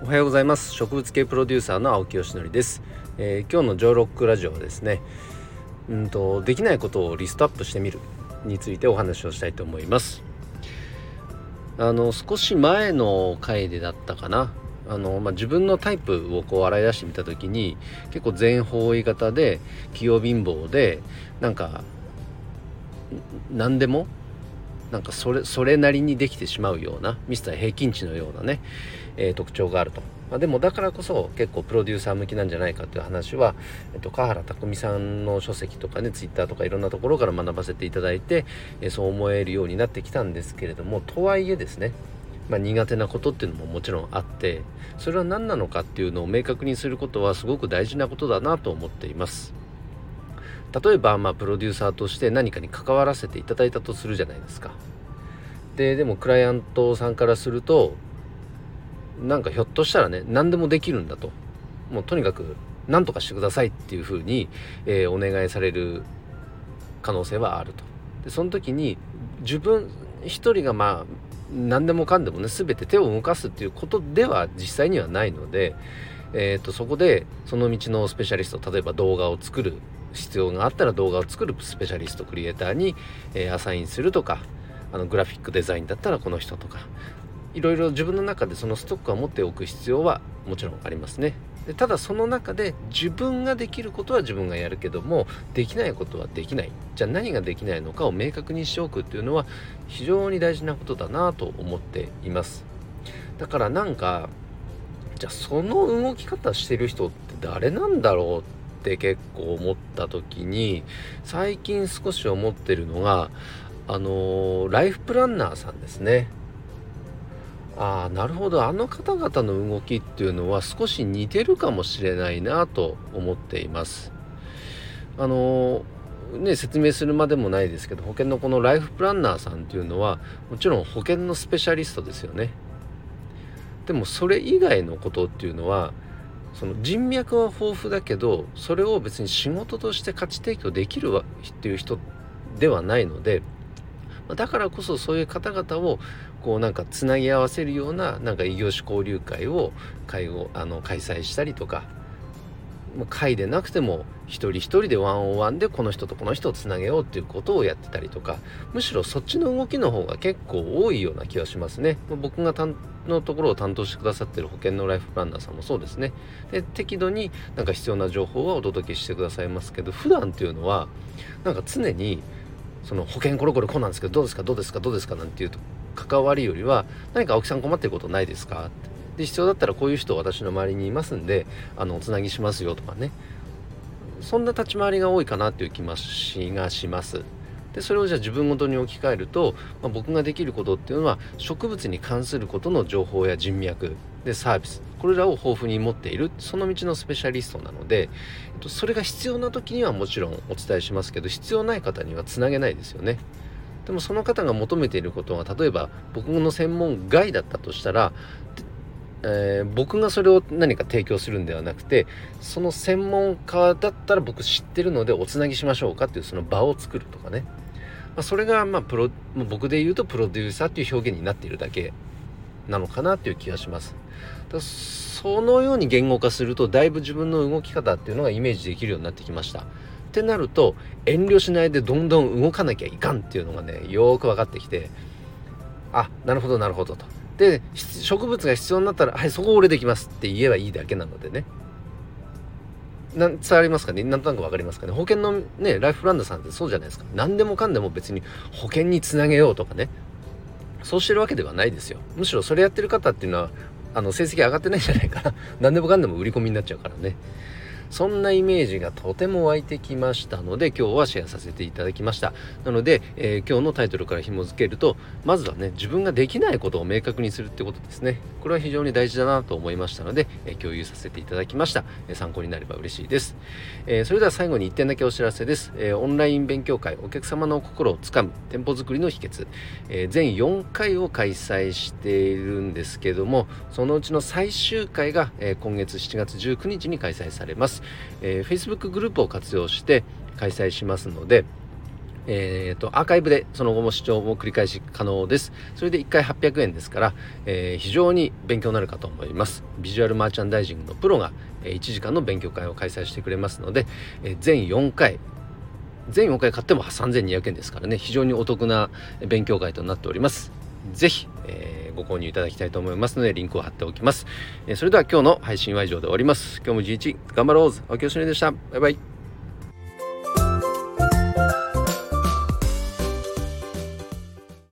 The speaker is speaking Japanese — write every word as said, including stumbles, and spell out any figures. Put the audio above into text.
おはようございます。植物系プロデューサーの青木よしのりです。えー、今日のジョーロックラジオはですねうんとできないことをリストアップしてみるについてお話をしたいと思います。あの少し前の回でだったかなあの、まあ、自分のタイプをこう洗い出してみたときに、結構全方位型で器用貧乏で、なんか何でもなんかそれそれなりにできてしまうようなミスター平均値のようなね、えー、特徴があると。まあ、でもだからこそ結構プロデューサー向きなんじゃないかという話は、えっと、川原拓実さんの書籍とかね、ツイッターとかいろんなところから学ばせていただいて、えー、そう思えるようになってきたんですけれども、とはいえですね、まあ、苦手なことっていうのももちろんあって、それは何なのかっていうのを明確にすることはすごく大事なことだなと思っています。例えば、まあ、プロデューサーとして何かに関わらせていただいたとするじゃないですか。ででもクライアントさんからすると、なんかひょっとしたらね、何でもできるんだと、もうとにかく何とかしてくださいっていうふうに、えー、お願いされる可能性はあると。でその時に自分一人がまあ何でもかんでもね全て手を動かすっていうことでは実際にはないので、えー、とそこでその道のスペシャリスト、例えば動画を作る必要があったら動画を作るスペシャリストクリエイターに、えー、アサインするとか、あのグラフィックデザインだったらこの人とか、いろいろ自分の中でそのストックは持っておく必要はもちろんありますね。でただその中で自分ができることは自分がやるけども、できないことはできない。じゃあ何ができないのかを明確にしておくっていうのは非常に大事なことだなと思っています。だからなんか、じゃあその動き方してる人って誰なんだろうって結構思った時に、最近少し思ってるのがあのー、ライフプランナーさんですね。ああ、なるほど、あの方々の動きっていうのは少し似てるかもしれないなと思っています。あのー、ね説明するまでもないですけど、保険のこのライフプランナーさんっていうのはもちろん保険のスペシャリストですよね。でもそれ以外のことっていうのは、その人脈は豊富だけど、それを別に仕事として価値提供できるっていう人ではないので、だからこそそういう方々をこうなんかつなぎ合わせるようななんか異業種交流会を会をあの開催したりとか、会でなくても一人一人でワンオンワンでこの人とこの人をつなげようっていうことをやってたりとか、むしろそっちの動きの方が結構多いような気がしますね。僕が担のところを担当してくださっている保険のライフプランナーさんもそうですね。で適度になんか必要な情報はお届けしてくださいますけど、普段っていうのはなんか常にその保険これこれこうなんですけどどうですかどうですかどうですかなんていうと関わりよりは、何か青木さん困ってることないですかって、で必要だったらこういう人私の周りにいますんで、あのおつなぎしますよとかね、そんな立ち回りが多いかなという気がします。でそれをじゃあ自分ごとに置き換えると、まあ、僕ができることっていうのは植物に関することの情報や人脈でサービス、これらを豊富に持っているその道のスペシャリストなので、それが必要な時にはもちろんお伝えしますけど、必要ない方にはつなげないですよね。でもその方が求めていることは、例えば僕の専門外だったとしたら、えー、僕がそれを何か提供するんではなくて、その専門家だったら僕知ってるのでおつなぎしましょうかっていうその場を作るとかね、まあ、それがまあプロ僕で言うとプロデューサーっていう表現になっているだけなのかなっていう気がします。だそのように言語化するとだいぶ自分の動き方っていうのがイメージできるようになってきました。ってなると遠慮しないでどんどん動かなきゃいかんっていうのがねよーく分かってきて、あ、なるほどなるほどと。で植物が必要になったら、はい、そこ俺できますって言えばいいだけなのでね。な伝わりますかね。なんとなく分かりますかね。保険のねライフプランナーさんってそうじゃないですか。何でもかんでも別に保険につなげようとかね、そうしてるわけではないですよ。むしろそれやってる方っていうのはあの成績上がってないんじゃないかな。何でもかんでも売り込みになっちゃうからね。そんなイメージがとても湧いてきましたので、今日はシェアさせていただきました。なので、えー、今日のタイトルから紐付けると、まずはね自分ができないことを明確にするってことですね。これは非常に大事だなと思いましたので、えー、共有させていただきました。えー、参考になれば嬉しいです。えー、それでは最後にいってんだけお知らせです。えー、オンライン勉強会お客様の心をつかむ店舗作りの秘訣、えー、全よんかいを開催しているんですけども、そのうちの最終回が、えー、今月しちがつじゅうくにちに開催されます。えー、Facebook グループを活用して開催しますので、 えー、とアーカイブでその後も視聴も繰り返し可能です。それでいっかいはっぴゃくえんですから、えー、非常に勉強になるかと思います。ビジュアルマーチャンダイジングのプロがいちじかんの勉強会を開催してくれますので、えー、全よんかい全よんかい買ってもさんぜんにひゃくえんですからね、非常にお得な勉強会となっております。ぜひ、えー、ご購入いただきたいと思いますのでリンクを貼っておきます。えー、それでは今日の配信は以上で終わります。今日も一日頑張ろう。青木よしのりでした。バイバイ。